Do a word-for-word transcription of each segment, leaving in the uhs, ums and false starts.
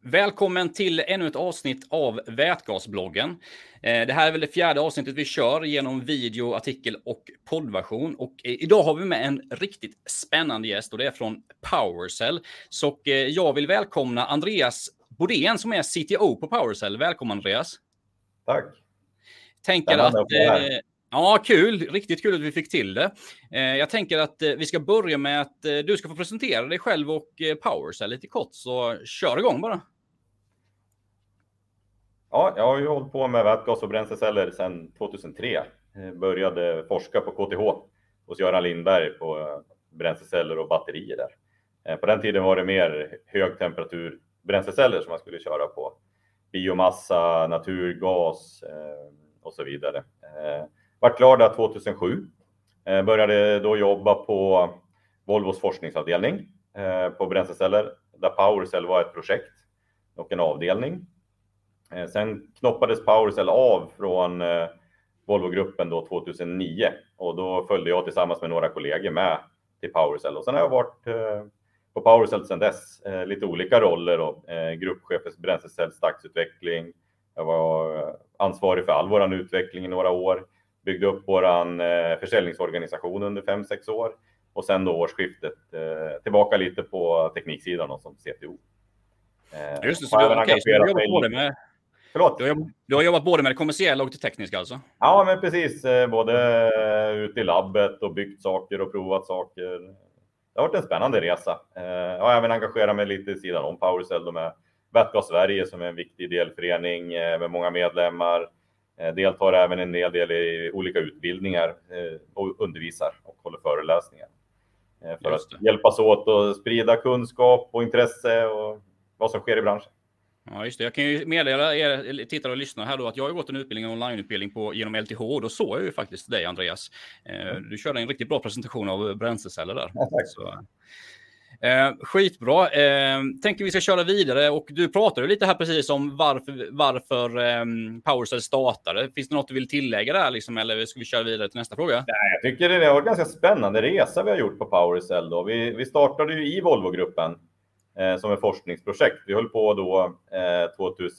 Välkommen till ännu ett avsnitt av Vätgasbloggen. Det här är väl det fjärde avsnittet vi kör genom video, artikel och poddversion. Och idag har vi med en riktigt spännande gäst och det är från PowerCell. Så jag vill välkomna Andreas Bodén som är C T O på PowerCell. Välkommen Andreas. Tack. Tänker att... Ja, kul. Riktigt kul att vi fick till det. Jag tänker att vi ska börja med att du ska få presentera dig själv och PowerCell lite kort, så kör igång bara. Ja, jag har ju hållit på med vätgas och bränsleceller sedan tvåtusentre. Jag började forska på K T H hos Göran Lindberg på bränsleceller och batterier där. På den tiden var det mer högtemperatur bränsleceller som man skulle köra på. Biomassa, naturgas och så vidare. Vart klar där tvåtusensju. Började då jobba på Volvos forskningsavdelning på bränsleceller. Där PowerCell var ett projekt och en avdelning. Sen knoppades PowerCell av från Volvo-gruppen då tvåtusennio. Och då följde jag tillsammans med några kollegor med till PowerCell. Och sen har jag varit på PowerCell sedan dess. Lite olika roller då. Gruppchef för bränslecellsdagsutveckling. Jag var ansvarig för all våran utveckling i några år. Byggde upp våran försäljningsorganisation under fem sex år. Och sen då årsskiftet tillbaka lite på tekniksidan och som C T O. Just det, så du, okay, så du, har jobbat både med, Förlåt? Du, har, du har jobbat både med det kommersiella och det tekniska alltså? Ja, men precis. Både ute i labbet och byggt saker och provat saker. Det har varit en spännande resa. Jag har även engagerat mig lite i sidan om PowerCell med Vätgas Sverige som är en viktig delförening med många medlemmar. Deltar även en del, del i olika utbildningar och undervisar och håller föreläsningar. För att hjälpas åt att sprida kunskap och intresse och vad som sker i branschen. Ja, just det. Jag kan ju meddela er tittare och lyssnare här då att jag har gått en utbildning, en onlineutbildning på, genom L T H och då såg jag ju faktiskt dig Andreas. Du körde en riktigt bra presentation av bränsleceller där. Ja, tack. Så, eh, skitbra. Eh, tänker vi ska köra vidare och du pratade lite här precis om varför, varför eh, PowerCell startade. Finns det något du vill tillägga där liksom, eller ska vi köra vidare till nästa fråga? Nej, jag tycker det har varit en ganska spännande resa vi har gjort på PowerCell då. Vi, vi startade ju i Volvo-gruppen eh, som ett forskningsprojekt. Vi höll på då eh,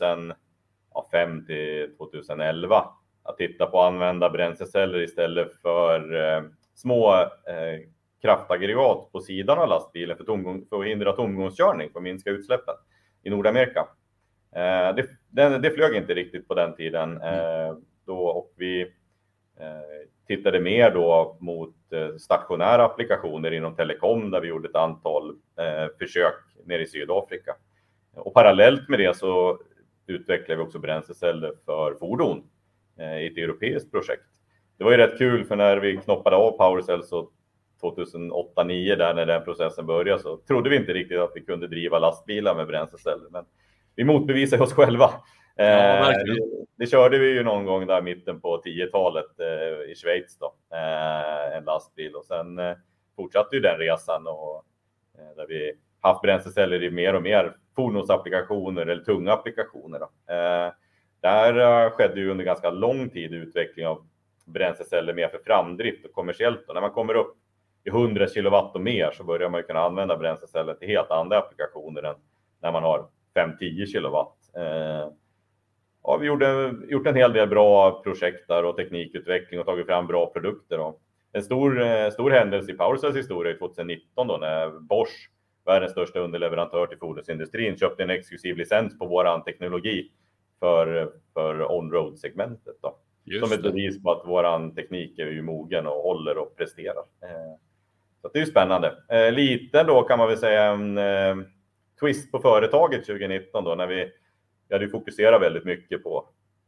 tvåtusenfem till tvåtusenelva att titta på att använda bränsleceller istället för eh, små eh, kraftaggregat på sidan av lastbilen för, tomgång, för att hindra tomgångskörning för att minska utsläppen i Nordamerika. Eh, det, det, det flög inte riktigt på den tiden eh, då, och vi eh, tittade mer då mot eh, stationära applikationer inom telekom där vi gjorde ett antal eh, försök nere i Sydafrika. Och parallellt med det så utvecklade vi också bränsleceller för fordon eh, i ett europeiskt projekt. Det var ju rätt kul för när vi knoppade av PowerCell så tvåtusenåtta nio där när den processen började så trodde vi inte riktigt att vi kunde driva lastbilar med bränsleceller. Men vi motbevisade oss själva. Ja, eh, det, det körde vi ju någon gång där mitten på tiotalet eh, i Schweiz då. Eh, en lastbil och sen eh, fortsatte ju den resan och eh, där vi haft bränsleceller i mer och mer fordonsapplikationer eller tunga applikationer då. Eh, där eh, skedde ju under ganska lång tid utveckling av bränsleceller mer för framdrift och kommersiellt. Och när man kommer upp i hundra kilowatt och mer så börjar man ju kunna använda bränsleceller till helt andra applikationer än när man har fem till tio kilowatt. Eh, ja, vi gjorde, gjort en hel del bra projekt där och teknikutveckling och tagit fram bra produkter. Då. En stor, eh, stor händelse i PowerCells historia tjugonitton då när Bosch, världens största underleverantör till fordonsindustrin, köpte en exklusiv licens på våran teknologi för, för on-road-segmentet då. Just som ett bevis på att våran teknik är ju mogen och håller och presterar. Eh, så det är ju spännande. Eh, lite då kan man väl säga en eh, twist på företaget tjugonitton då när vi, vi hade fokuserat väldigt mycket på,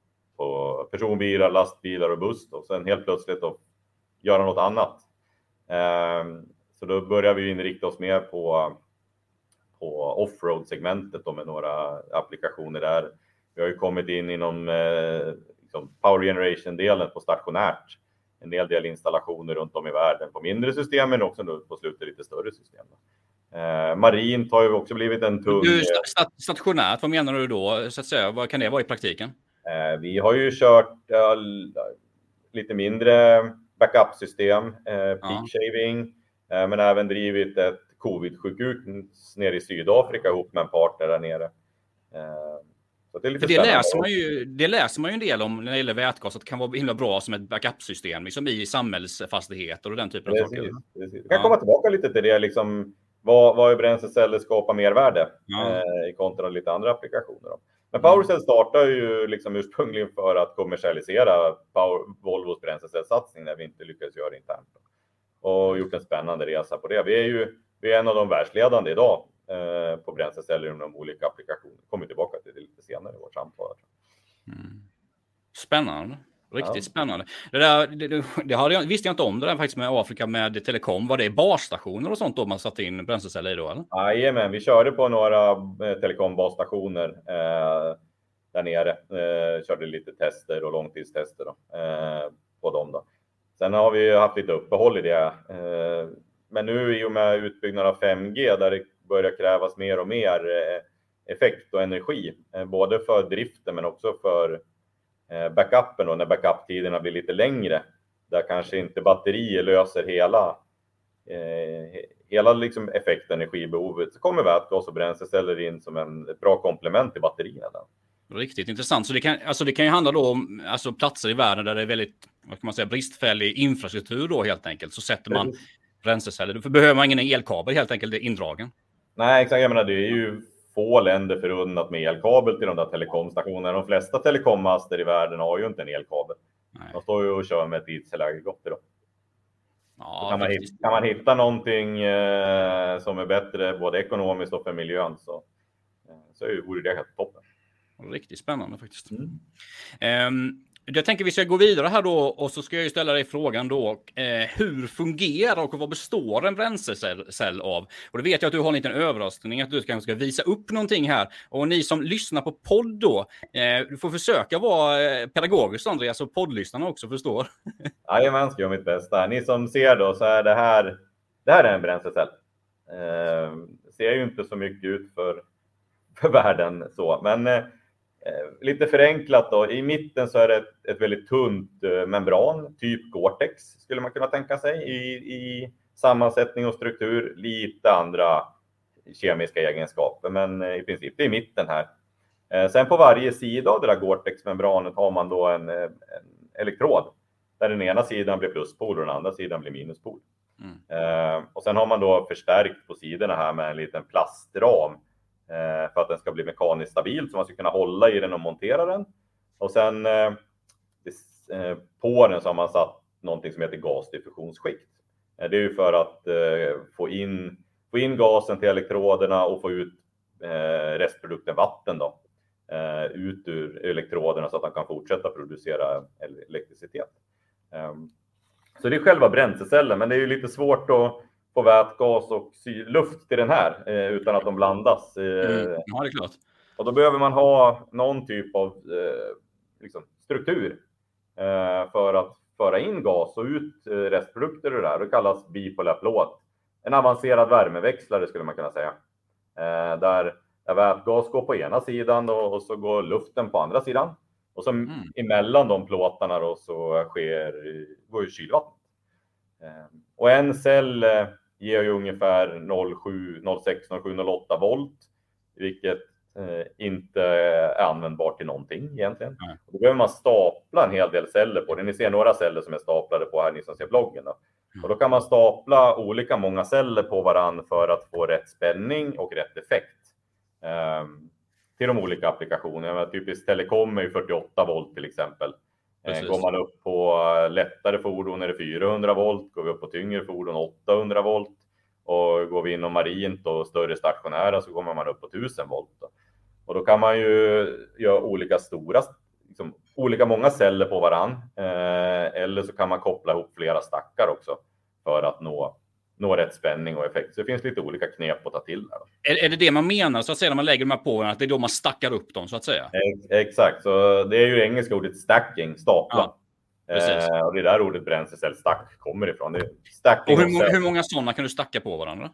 på personbilar, lastbilar och buss då. Sen helt plötsligt då göra något annat. Eh, så då började vi inrikta oss mer på, på offroad-segmentet då med några applikationer där. Vi har ju kommit in inom eh, power generation-delen på stationärt. En del del installationer runt om i världen på mindre system men också nu på slutet lite större system. Eh, marint har ju också blivit en tung... Du, stat- stationärt, vad menar du då? Så att säga, vad kan det vara i praktiken? Eh, vi har ju kört eh, lite mindre backup-system, eh, peak shaving, eh, men även drivit ett covid-sjukhus nere i Sydafrika ihop med en partner där nere. Så det är lite För det läser, man ju, det läser man ju en del om när det gäller vätgas, att det kan vara himla bra som ett backup-system liksom i samhällsfastigheter och den typen precis, av saker. Precis. Jag kan ja. komma tillbaka lite till det. Liksom, vad, vad är bränsleceller skapar mervärde ja. eh, i kontra lite andra applikationer. Då. Men PowerCell startar ju liksom ursprungligen för att kommersialisera Power, Volvos bränslecellsatsning när vi inte lyckades göra det internt. Då. Och gjort en spännande resa på det. Vi är ju vi är en av de världsledande idag eh, på bränsleceller inom de olika applikationer. Kommer tillbaka till det lite senare i vårt samtal. Mm. Spännande. Riktigt ja. spännande. Det, där, det, det hade jag, visste jag inte om det där faktiskt med Afrika med telekom. Var det basstationer och sånt då man satte in bränsleceller i då? Eller? Jajamän, vi körde på några eh, telekombasstationer eh, där nere. Eh, körde lite tester och långtidstester då, eh, på dem då. Sen har vi haft lite uppehåll i det. Eh, men nu i och med utbyggnad av fem G där det börjar krävas mer och mer eh, effekt och energi. Eh, både för driften men också för backupen då, när backup-tiderna blir lite längre. Där kanske inte batterier löser hela, eh, hela liksom effekt- och energibehovet. Så kommer vätgas och bränsleceller in som en, ett bra komplement till batterierna. Där. Riktigt intressant. Så det kan, alltså det kan ju handla då om alltså platser i världen där det är väldigt vad kan man säga, bristfällig infrastruktur då helt enkelt. Så sätter man mm. bränsleceller. Då behöver man ingen elkabel helt enkelt, det är indragen. Nej, exakt. Jag menar, det är ju få länder förunnat med elkabel till de där telekomstationerna. De flesta telekommaster i världen har ju inte en elkabel. Nej. De står ju och kör med ett dieselaggregat då. Ja, kan, man hitta, kan man hitta någonting eh, som är bättre både ekonomiskt och för miljön så, eh, så vore det helt toppen. Riktigt spännande faktiskt. Mm. Um, Jag tänker vi ska gå vidare här då och så ska jag ju ställa dig frågan då. Eh, hur fungerar och vad består en bränslecell av? Och det vet jag att du har en liten överraskning att du kanske ska visa upp någonting här. Och ni som lyssnar på podd då, eh, du får försöka vara pedagogisk Andreas och poddlyssnarna också förstår. Jajamän, ska jag göra mitt bästa. Ni som ser då så är det här, det här är en bränslecell. Eh, ser ju inte så mycket ut för, för världen så, men eh, Eh, lite förenklat då, i mitten så är det ett, ett väldigt tunt eh, membran, typ Gore-Tex skulle man kunna tänka sig i, i sammansättning och struktur, lite andra kemiska egenskaper, men eh, i princip det är i mitten här. Eh, sen på varje sida av det där Gore-Tex-membranet har man då en, en elektrod, där den ena sidan blir pluspol och den andra sidan blir minuspol. Mm. Eh, och sen har man då förstärkt på sidorna här med en liten plastram, för att den ska bli mekaniskt stabil så man ska kunna hålla i den och montera den. Och sen eh, på den så har man satt någonting som heter gasdiffusionsskikt. Eh, det är ju för att eh, få, in, få in gasen till elektroderna och få ut eh, restprodukten vatten då, eh, ut ur elektroderna så att de kan fortsätta producera elektricitet. Eh, så det är själva bränslecellen, men det är ju lite svårt att på vätgas och luft till den här eh, utan att de blandas. Eh, mm. Ja, det är klart. Och då behöver man ha någon typ av eh, liksom struktur eh, för att föra in gas och ut eh, restprodukter och det där. Det kallas bipolär plåt. En avancerad värmeväxlare skulle man kunna säga. Eh, där, där vätgas går på ena sidan då, och så går luften på andra sidan. Och så mm. emellan de plåtarna då så sker, går ju kylvatten. Eh, och en cell eh, ger ju ungefär noll komma sju, noll komma sex, noll komma sju, noll komma åtta volt. Vilket eh, inte är användbart till någonting egentligen. Mm. Och då behöver man stapla en hel del celler på det. Ni ser några celler som är staplade på här, ni som ser bloggen. Då. Mm. Och då kan man stapla olika många celler på varann för att få rätt spänning och rätt effekt. Eh, till de olika applikationerna. Typiskt telekom är ju fyrtioåtta volt till exempel. Precis. Går man upp på lättare fordon är det fyrahundra volt. Går vi upp på tyngre fordon åttahundra volt. Och går vi inom marint och större stationära så kommer man upp på tusen volt. Då. Och då kan man ju göra olika stora, liksom, olika många celler på varann. Eh, eller så kan man koppla ihop flera stackar också för att nå, nå rätt spänning och effekt. Så det finns lite olika knep att ta till där. Är, är det det man menar så att säga när man lägger de här på att det är då man stackar upp dem så att säga? Ex- exakt, så det är ju engelska ordet stacking, stapla. Ja. Eh, och det är där ordet bränslecellstack kommer ifrån. Det är stacking. Och hur, må- hur många sådana kan du stacka på varandra?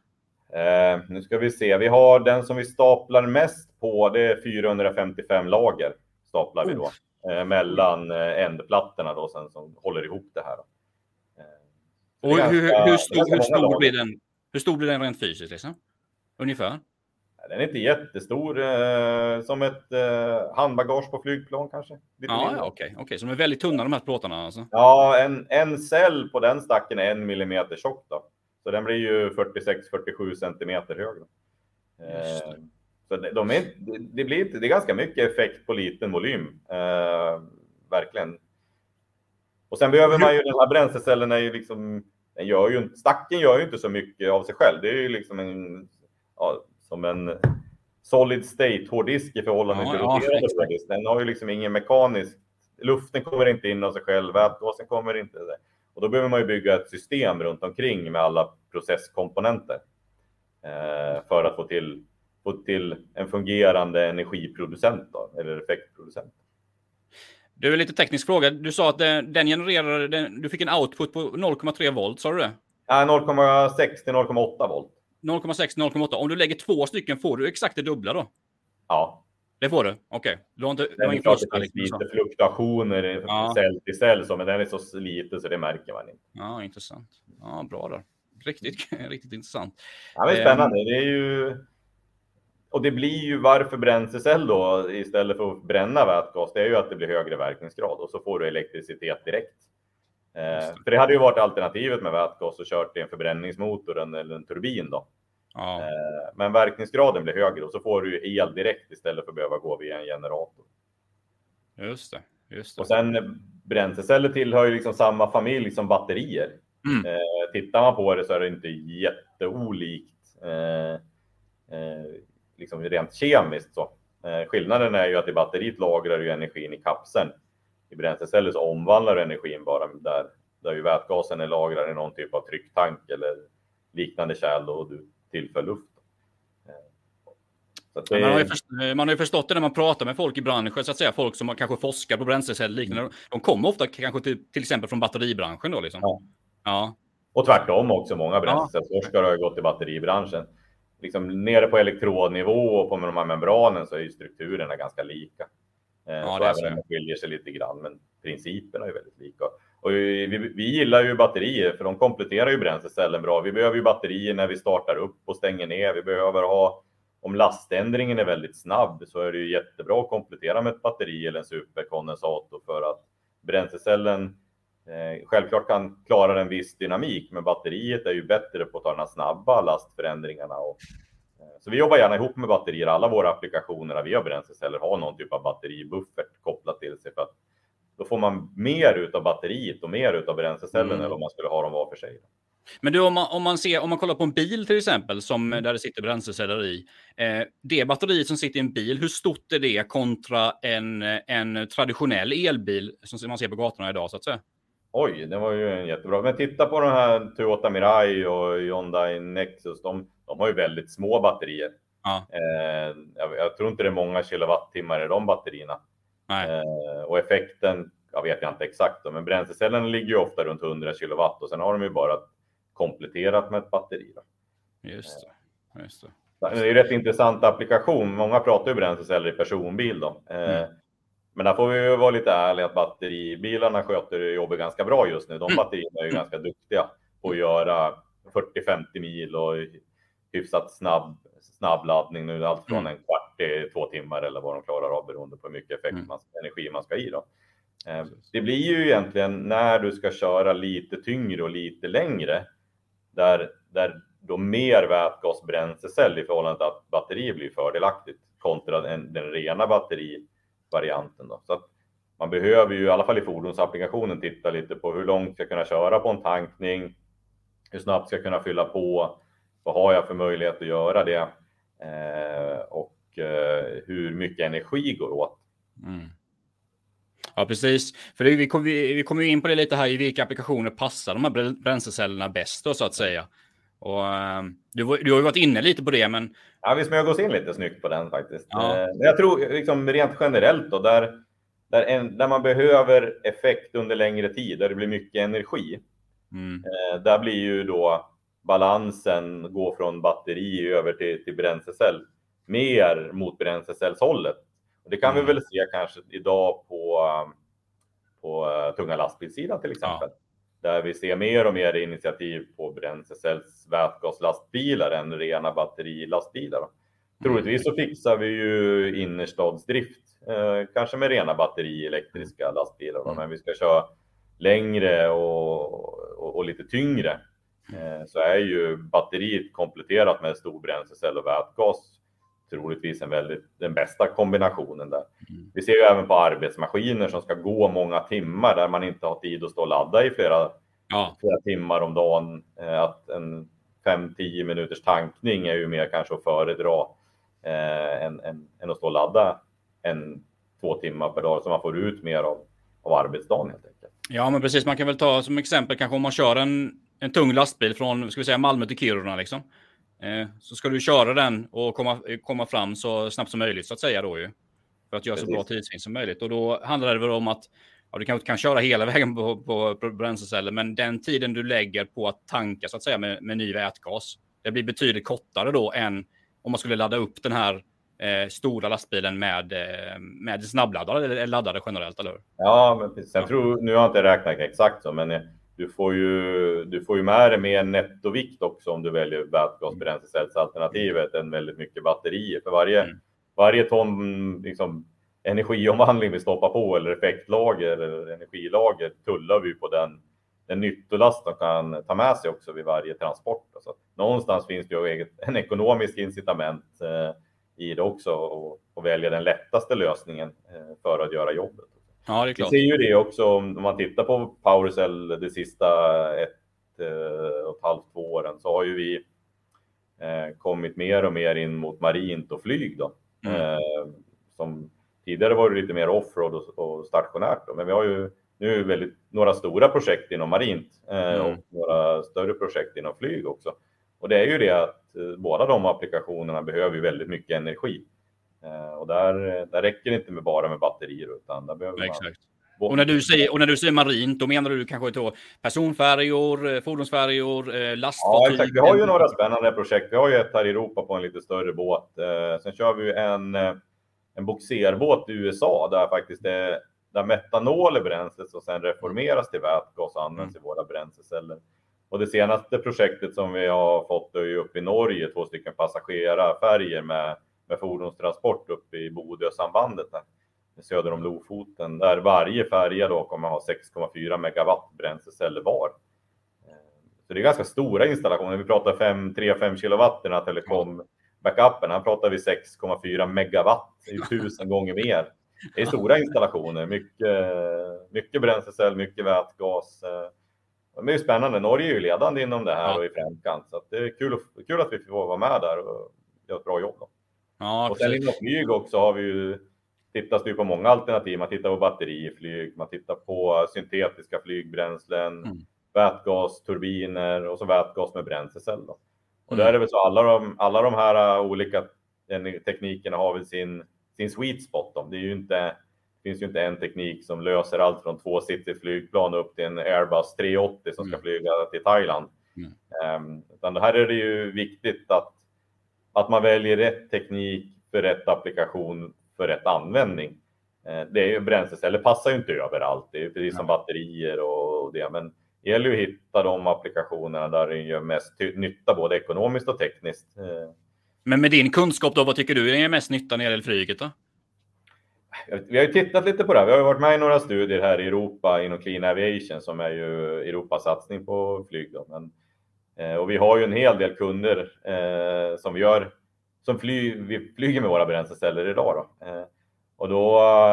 Eh, nu ska vi se. Vi har den som vi staplar mest på. Det är fyrahundrafemtiofem lager staplar vi då. Eh, mellan eh, ändplattorna då sen som håller ihop det här. Då. Eh, och hur, ganska, hur, stor, hur, stor blir den, hur stor blir den rent fysiskt liksom? Ungefär? Den är inte jättestor, eh, som ett eh, handbagage på flygplan kanske. Lite ja, ja okej. Okay, okay. Så de är väldigt tunna de här plåtarna alltså? Ja, en, en cell på den stacken är en millimeter tjock då. Så den blir ju fyrtiosex till fyrtiosju centimeter högre. Eh, så det, de är, det, blir inte, det är ganska mycket effekt på liten volym. Eh, verkligen. Och sen behöver man ju, den här bränslecellen är ju liksom, den gör ju, stacken gör ju inte så mycket av sig själv. Det är ju liksom en, ja, som en solid state hårddisk i förhållande ja, till ja, roterande hårddisk. Den har ju liksom ingen mekanisk, luften kommer inte in av sig själv, vätgasen kommer inte. Och då behöver man ju bygga ett system runt omkring med alla processkomponenter eh, för att få till, få till en fungerande energiproducent då, eller effektproducent. Det är lite teknisk fråga. Du sa att den, den genererar, den, du fick en output på noll komma tre volt, sa du det? Ja, noll komma sex till noll komma åtta volt. noll komma sex till noll komma åtta. Om du lägger två stycken får du exakt det dubbla då? Ja. Det får du? Okej. Okay. Du har inte, det är klart det finns lite fluktuationer ja. cell till cell, så, men den är så lite så det märker man inte. Ja, intressant. Ja, bra där. Riktigt, riktigt intressant. Ja, men spännande. Det är ju... Och det blir ju varför bränslecell då istället för att bränna vätgas, det är ju att det blir högre verkningsgrad och så får du elektricitet direkt. Eh, för det hade ju varit alternativet med vätgas och kört i en förbränningsmotor eller en turbin då. Ja. Eh, men verkningsgraden blir högre och så får du ju el direkt istället för att behöva gå via en generator. Just det. Just det. Och sen bränsleceller tillhör ju liksom samma familj som batterier. Mm. Eh, tittar man på det så är det inte jätteolikt. Eh, eh, liksom rent kemiskt så. Eh, skillnaden är ju att i batteriet lagrar ju energin i kapseln. I bränsleceller så omvandlar energin bara där, där ju vätgasen är lagrad i någon typ av trycktank eller liknande kärl och du tillför luft. Eh, så det... man, har ju förstått, man har ju förstått det när man pratar med folk i branschen, så att säga, folk som kanske forskar på bränsleceller liknande. Mm. De kommer ofta kanske till, till exempel från batteribranschen då liksom. Ja. Ja. Och tvärtom också, många bränslecellsforskare har ju gått i batteribranschen. Liksom nere på elektrodnivå och på de här membranen så är ju strukturerna ganska lika. Ja, så även om de skiljer sig lite grann, men principerna är väldigt lika. Och vi, vi gillar ju batterier för de kompletterar ju bränslecellen bra. Vi behöver ju batterier när vi startar upp och stänger ner. Vi behöver ha, om laständringen är väldigt snabb så är det ju jättebra att komplettera med ett batteri eller en superkondensator för att bränslecellen Eh, självklart kan klara en viss dynamik, men batteriet är ju bättre på att ta de här snabba lastförändringarna. Och, eh, så vi jobbar gärna ihop med batterier. Alla våra applikationer där vi har bränsleceller har någon typ av batteribuffert kopplat till sig. För att då får man mer utav batteriet och mer utav bränslecellen mm. än om man skulle ha dem var för sig. Men du, om man, om man ser, om man kollar på en bil till exempel, som där det sitter bränsleceller i, eh, det batteriet som sitter i en bil, hur stort är det kontra en, en traditionell elbil som man ser på gatorna idag så att säga? Oj, det var ju en jättebra. Men titta på de här Toyota Mirai och Hyundai Nexus. De, de har ju väldigt små batterier. Ja. Eh, jag, jag tror inte det är många kilowattimmar i de batterierna. Eh, och effekten, jag vet jag inte exakt. Men bränslecellen ligger ju ofta runt hundra kilowatt. Och sen har de ju bara kompletterat med ett batteri. Då. Just det. Just det. Det är ju rätt intressant applikation. Många pratar ju bränsleceller i personbil då. Eh, mm. Men där får vi ju vara lite ärliga att batteribilarna sköter jobbet ganska bra just nu. De batterierna är ju ganska duktiga på att göra fyrtio till femtio mil och hyfsat snabb, snabb laddning. Nu allt från en kvart till två timmar eller vad de klarar av beroende på hur mycket effekt man, energi man ska i då. Det blir ju egentligen när du ska köra lite tyngre och lite längre där, där då mer vätgasbränslecell i förhållande till att batteri blir fördelaktigt kontra den, den rena batteri varianten då. Så att man behöver ju i alla fall i fordonsapplikationen titta lite på hur långt ska jag kunna köra på en tankning, hur snabbt ska jag kunna fylla på, vad har jag för möjlighet att göra det eh, och eh, hur mycket energi går åt. Mm. Ja, precis. För det, vi kommer vi kommer in på det lite här i vilka applikationer passar de här bränslecellerna bäst då, så att säga. Och um, du, du har ju varit inne lite på det, men... Ja, vi smög oss in lite snyggt på den faktiskt. Ja. Eh, jag tror liksom rent generellt då, där, där, en, där man behöver effekt under längre tid, där det blir mycket energi. Mm. Eh, där blir ju då balansen gå från batteri över till, till bränslecell mer mot bränslecellshållet. Och det kan mm. vi väl se kanske idag på, på tunga lastbilssidan till exempel. Ja. Där vi ser mer och mer initiativ på bränslecells vätgaslastbilar än rena batterilastbilar. troligtvis så fixar vi ju innerstadsdrift. Eh, kanske med rena batteri elektriska lastbilar. Mm. Men vi ska köra längre och, och, och lite tyngre. Eh, så är ju batteriet kompletterat med stor bränslecell och vätgas troligtvis en väldigt, den bästa kombinationen där. Mm. Vi ser ju även på arbetsmaskiner som ska gå många timmar där man inte har tid att stå och ladda i flera, ja. flera timmar om dagen. Eh, att en fem till tio minuters tankning är ju mer kanske att föredra eh, än, än, än att stå och ladda en två timmar per dag, så man får ut mer av, av arbetsdagen helt enkelt. Ja, men precis. Man kan väl ta som exempel kanske om man kör en, en tung lastbil från, ska vi säga, Malmö till Kiruna liksom. Eh, så ska du köra den och komma, komma fram så snabbt som möjligt så att säga då ju. För att göra precis. Så bra tidsvinst som möjligt. Och då handlar det väl om att ja, du kanske kan köra hela vägen på, på, på bränsleceller, men den tiden du lägger på att tanka så att säga med, med ny vätgas, det blir betydligt kortare då än om man skulle ladda upp den här eh, stora lastbilen med, eh, med snabbladdare eller laddare generellt, eller hur? Ja, men precis. Jag tror, nu har jag inte räknat exakt så, men du får ju, du får ju med dig mer nettovikt också om du väljer vätgasbränslecellsalternativet än väldigt mycket batterier. För varje, mm. varje ton liksom, energiomvandling vi stoppar på eller effektlager eller energilager tullar vi på den, den nyttolast de kan ta med sig också vid varje transport. Alltså, någonstans finns det ju en ekonomisk incitament eh, i det också och, och välja den lättaste lösningen eh, för att göra jobbet. Ja, det är klart. Vi ser ju det också om man tittar på PowerCell de sista ett och ett halvt två åren, så har ju vi eh, kommit mer och mer in mot marint och flyg då. Mm. Eh, som tidigare var det lite mer offroad och, och stationärt då. Men vi har ju nu väldigt, några stora projekt inom marint eh, mm. och några större projekt inom flyg också. Och det är ju det att eh, båda de applikationerna behöver ju väldigt mycket energi. Uh, och där, där räcker det inte med bara med batterier, utan där behöver man... Exakt. Och när, du säger, och när du säger marint, då menar du kanske då personfärjor, fordonsfärjor, lastfartyg? Ja, exakt. Vi har ju några spännande projekt. Vi har ju ett här i Europa på en lite större båt. Uh, sen kör vi en, en boxerbåt i U S A där faktiskt det, där metanol är bränslet och sen reformeras till vätgas och används mm. i våra bränsleceller. Och det senaste projektet som vi har fått är ju uppe i Norge, två stycken passagerarfärger med med fordonstransport uppe i Bodö-sambandet där, söder om Lofoten, där varje färja då kommer ha sex komma fyra megawatt bränsleceller var. Så det är ganska stora installationer. Vi pratar tre till fem kilowatt i den här telekom-backupen. Här pratar vi sex komma fyra megawatt, det är tusen gånger mer. Det är stora installationer, mycket, mycket bränslecell, mycket vätgas. Det är ju spännande. Norge är ju ledande inom det här och i framkant. Så att det är kul, kul att vi får vara med där och göra ett bra jobb då. Ja, och sen inom flyg också har vi ju tittat på många alternativ. Man tittar på batteriflyg, man tittar på syntetiska flygbränslen, mm. vätgas, turbiner och så vätgas med bränslecell då. Och mm. där är det väl så alla de, alla de här olika teknikerna har väl sin, sin sweet spot då. Det är ju inte, det finns ju inte en teknik som löser allt från två sitsigt flygplan upp till en Airbus tre åttio som ska mm. flyga till Thailand. Mm. Um, utan det här är det ju viktigt att Att man väljer rätt teknik för rätt applikation för rätt användning. Det är ju bränsleceller passar ju inte överallt. Det är ju precis som batterier och det. Men det gäller ju att hitta de applikationerna där det gör mest nytta både ekonomiskt och tekniskt. Men med din kunskap då, vad tycker du är mest nytta när det gäller flyget då? Vi har ju tittat lite på det. Vi har ju varit med i några studier här i Europa inom Clean Aviation som är ju Europas satsning på flyg då. Men och vi har ju en hel del kunder eh, som vi gör som fly, vi flyger med våra bränsleceller idag då. Eh, och då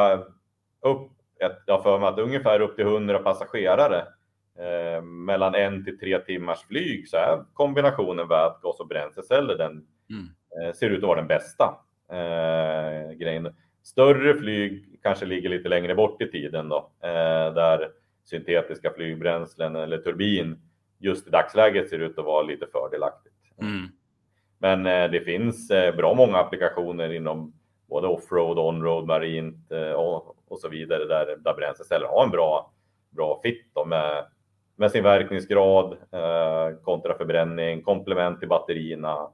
upp ett, jag för mig att ungefär upp till hundra passagerare eh, mellan en till tre timmars flyg så är kombinationen vätgas och bränsleceller den mm. eh, ser ut att vara den bästa eh, grejen. Större flyg kanske ligger lite längre bort i tiden då eh, där syntetiska flygbränslen eller turbin just i dagsläget ser ut att vara lite fördelaktigt. Mm. Men eh, det finns eh, bra många applikationer inom både offroad, onroad, marint eh, och, och så vidare där, där bränsleceller har en bra, bra fit då, med, med sin verkningsgrad, eh, kontra förbränning, komplement till batterierna.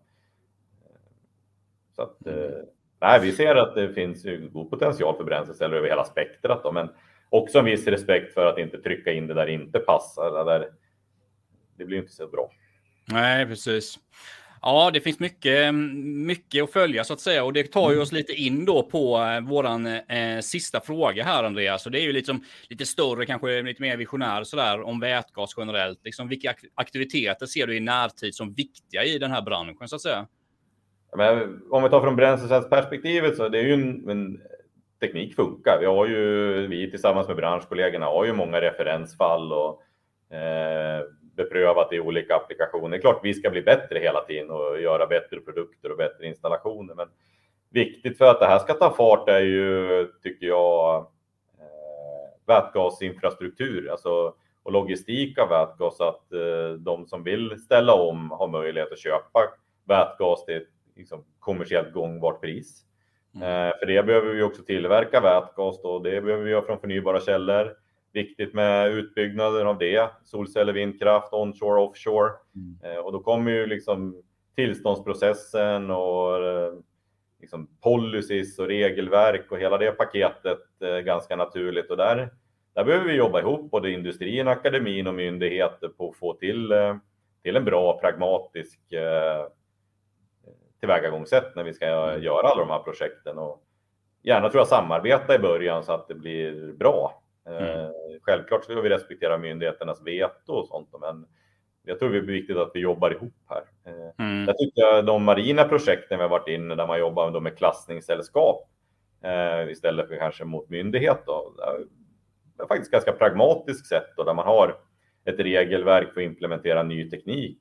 Så att, eh, nej, vi ser att det finns ju god potential för bränsleceller över hela spektrat då, men också en viss respekt för att inte trycka in det där inte passar. Där det blir inte så bra. Nej, precis. Ja, det finns mycket, mycket att följa så att säga, och det tar ju oss lite in då på eh, våran eh, sista fråga här, Andreas. Och det är ju liksom lite större, kanske lite mer visionär sådär, om vätgas generellt. Liksom, vilka ak- aktiviteter ser du i närtid som viktiga i den här branschen så att säga? Men om vi tar från bränslecellsperspektivet så det är ju en, en teknik funkar. Vi har ju, vi tillsammans med branschkollegorna har ju många referensfall och eh, beprövat i olika applikationer. Det är klart vi ska bli bättre hela tiden och göra bättre produkter och bättre installationer. Men viktigt för att det här ska ta fart är ju, tycker jag, eh, vätgasinfrastruktur, alltså och logistik av vätgas, så att eh, de som vill ställa om har möjlighet att köpa vätgas till ett liksom, kommersiellt gångbart pris. Mm. Eh, för det behöver vi också tillverka vätgas då. Det behöver vi göra från förnybara källor. Viktigt med utbyggnaden av det. Solceller, vindkraft, onshore, offshore. Mm. Eh, och då kommer ju liksom tillståndsprocessen och eh, liksom policies och regelverk och hela det paketet eh, ganska naturligt. Och där, där behöver vi jobba ihop, både industrin, akademin och myndigheter, på att få till, eh, till en bra pragmatisk eh, tillvägagångssätt när vi ska göra alla de här projekten, och gärna tror jag samarbeta i början så att det blir bra. Mm. Självklart ska vi respektera myndigheternas veto och sånt, men jag tror det är viktigt att vi jobbar ihop här. Mm. Jag tycker de marina projekten vi har varit inne där man jobbar med klassningssällskap istället för kanske mot myndighet då, det är faktiskt ganska pragmatiskt sätt då, där man har ett regelverk för att implementera ny teknik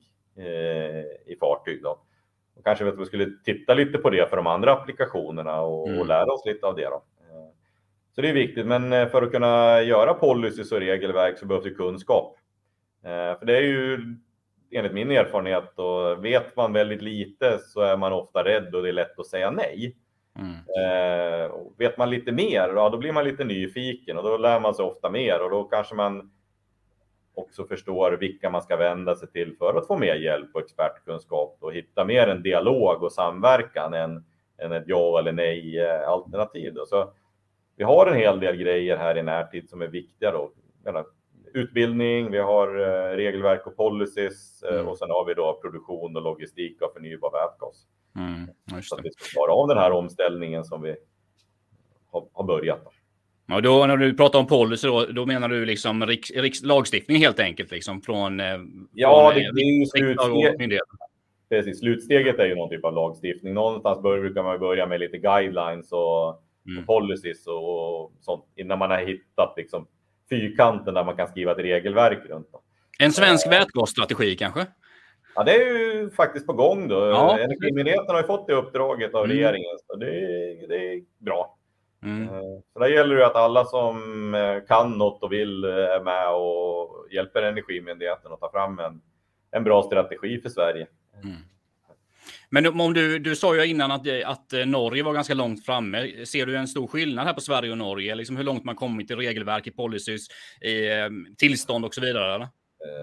i fartyg då. Och kanske att vi skulle titta lite på det för de andra applikationerna och, mm. och lära oss lite av det då. Så det är viktigt, men för att kunna göra policies och regelverk så behövs det kunskap. För det är ju enligt min erfarenhet, och vet man väldigt lite så är man ofta rädd och det är lätt att säga nej. Mm. Och vet man lite mer, ja, då blir man lite nyfiken och då lär man sig ofta mer, och då kanske man också förstår vilka man ska vända sig till för att få mer hjälp och expertkunskap och hitta mer en dialog och samverkan än, än ett ja eller nej alternativ. Så vi har en hel del grejer här i närtid som är viktiga då. Utbildning, vi har regelverk och policies mm. och sen har vi då produktion och logistik av förnybar vätgas. Mm, så att vi ska klara av den här omställningen som vi har, har börjat då. Ja, då, när du pratar om policy då, då menar du liksom riks, riks, lagstiftning helt enkelt liksom från eh, ja, från, det, det är ju slutsteg, precis, slutsteget är ju någon typ av lagstiftning. Någonstans bör, brukar man börja med lite guidelines och, mm. och policies och, och sånt innan man har hittat liksom fyrkanten där man kan skriva ett regelverk runt. Då. En svensk uh, vätgasstrategi kanske? Ja, det är ju faktiskt på gång då. Ja. Energimyndigheten har ju fått det uppdraget av mm. regeringen, så det, det är bra. Mm. Så där gäller det att alla som kan något och vill är med och hjälper Energimyndigheten att ta fram en, en bra strategi för Sverige. Mm. Men om du, du sa ju innan att, att Norge var ganska långt framme. Ser du en stor skillnad här på Sverige och Norge? Liksom hur långt man kommit i regelverk, i policies, i tillstånd och så vidare? Eller?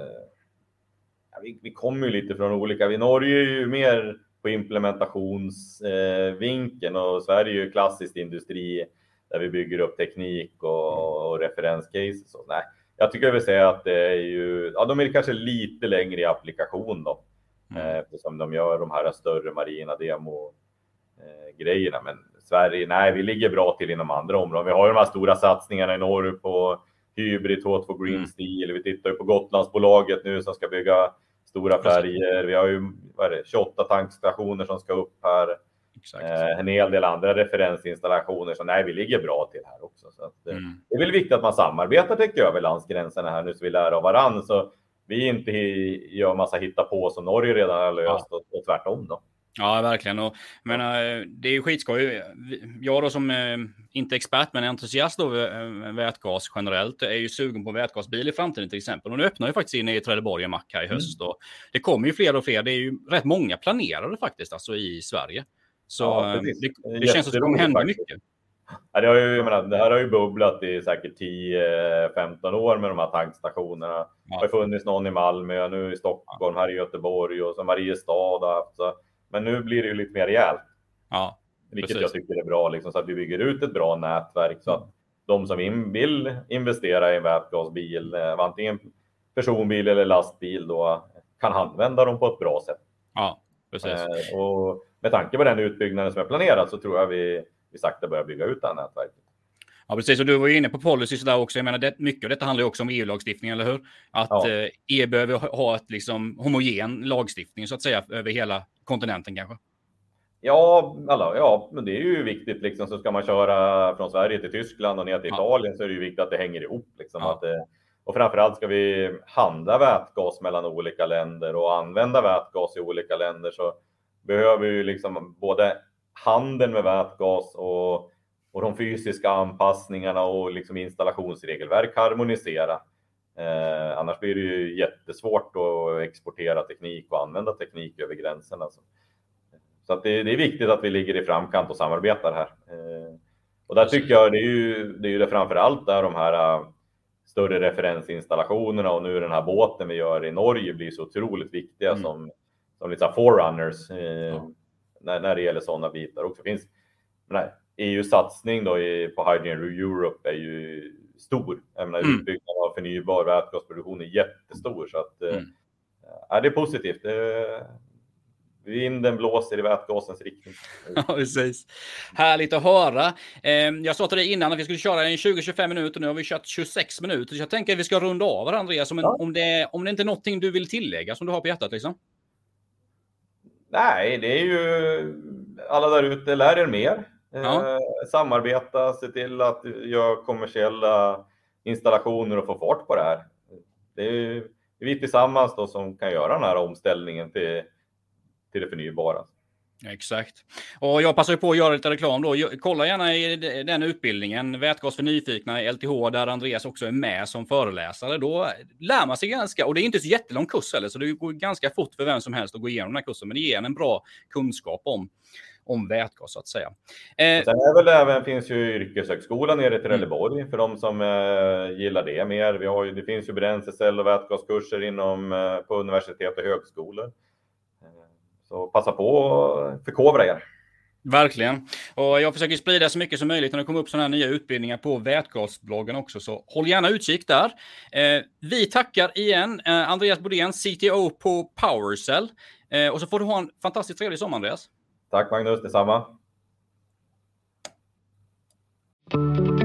Ja, vi, vi kommer ju lite från olika. Vi Norge är ju mer på implementationsvinkeln eh, och Sverige är ju klassiskt industri där vi bygger upp teknik och, och referenscase. Så, nej, jag tycker jag vill säga att det är ju, ja, de är kanske lite längre i applikation då. Mm. Eh, eftersom de gör de här större marina demo eh, grejerna. Men Sverige, nej, vi ligger bra till inom andra områden. Vi har ju de här stora satsningarna i norr på Hybrid, H två Green mm. Steel. Vi tittar ju på Gotlandsbolaget nu som ska bygga stora färger. Vi har ju vad är det, tjugoåtta tankstationer som ska upp här. Eh, en hel del andra referensinstallationer. Så nej, vi ligger bra till här också. Så att, mm. Det är väl viktigt att man samarbetar tycker jag över landsgränserna här nu så vi lär av varann. Så vi inte gör massa hitta på som Norge redan har löst ja. och, och tvärtom då. Ja, verkligen. Och, men, det är ju skitskoj. Jag då som eh, inte expert men entusiast av eh, vätgas generellt är ju sugen på vätgasbil i framtiden till exempel. Och nu öppnar ju faktiskt in i Trelleborg och Mack här i höst. Mm. Och det kommer ju fler och fler. Det är ju rätt många planerade faktiskt alltså i Sverige. Så ja, det, det känns som att det kommer hända mycket. Ja, det, har ju, jag menar, det här har ju bubblat i säkert tio femton år med de här tankstationerna. Ja. Det har funnits någon i Malmö, nu i Stockholm, här i Göteborg och så Mariestad. Så. Men nu blir det ju lite mer rejält. Ja, vilket precis. Jag tycker är bra, liksom, så att vi bygger ut ett bra nätverk så att de som in, vill investera i en vätgasbil, antingen personbil eller lastbil, då kan använda dem på ett bra sätt. Ja. Eh, och med tanke på den utbyggnaden som är planerad så tror jag vi, vi sakta börjar bygga ut det här nätverket. Ja, precis. Och du var ju inne på policy där också. Jag menar, det, mycket av detta handlar ju också om E U-lagstiftning, eller hur? Att ja. eh, E U behöver ha ett liksom homogen lagstiftning så att säga över hela kontinenten kanske. Ja, alla, ja, men det är ju viktigt liksom. Så ska man köra från Sverige till Tyskland och ner till ja. Italien så är det ju viktigt att det hänger ihop liksom. Ja. Att det, och framförallt ska vi handla vätgas mellan olika länder och använda vätgas i olika länder, så behöver vi ju liksom både handeln med vätgas och och de fysiska anpassningarna och liksom installationsregelverk harmonisera. Eh, annars blir det ju jättesvårt att exportera teknik och använda teknik över gränserna. Så, så att det, det är viktigt att vi ligger i framkant och samarbetar här. Eh, och där tycker jag det är ju det, är ju det framförallt där de här uh, större referensinstallationerna och nu den här båten vi gör i Norge blir så otroligt viktiga mm. som, som lite forerunners eh, ja. när, när det gäller sådana bitar. Och det finns, nej, E U-satsning då i, på Hydrogen Europe är ju stor. Jag menar, mm. utbyggnaden av förnybar vätgasproduktion är jättestor. Så att, mm. äh, det är positivt. Det, vinden blåser i vätgasens riktning. Ja, precis. Härligt att höra. Jag sa till dig innan att vi skulle köra i tjugo till tjugofem minuter. Nu har vi kört tjugosex minuter. Så jag tänker att vi ska runda av här, Andreas. Om, en, ja. om, det, om det inte är någonting du vill tillägga som du har på hjärtat liksom? Nej, det är ju alla där ute, lär er mer. Ja. Eh, samarbeta, se till att göra kommersiella installationer och få fart på det här. Det är ju vi tillsammans då som kan göra den här omställningen till, till det förnybara. Exakt. Och jag passar på att göra lite reklam då. Kolla gärna i den utbildningen, Vätgas för nyfikna i L T H, där Andreas också är med som föreläsare. Då lär man sig ganska, och det är inte så jättelång kurs heller, så det går ganska fort för vem som helst att gå igenom den här kursen. Men det ger en bra kunskap om om vätgas så att säga. Eh, Sen är väl även, finns ju yrkeshögskolan nere till Trelleborg mm. för de som eh, gillar det mer. Vi har ju, det finns ju bränslecell- och vätgaskurser inom, eh, på universitet och högskolor. Eh, så passa på och förkovra er. Verkligen. Och jag försöker sprida så mycket som möjligt när det kommer upp sådana här nya utbildningar på Vätgasbloggen också. Så håll gärna utkik där. Eh, vi tackar igen eh, Andreas Bodén, C T O på PowerCell. Eh, och så får du ha en fantastiskt trevlig sommar, Andreas. Tack Magnus, detsamma.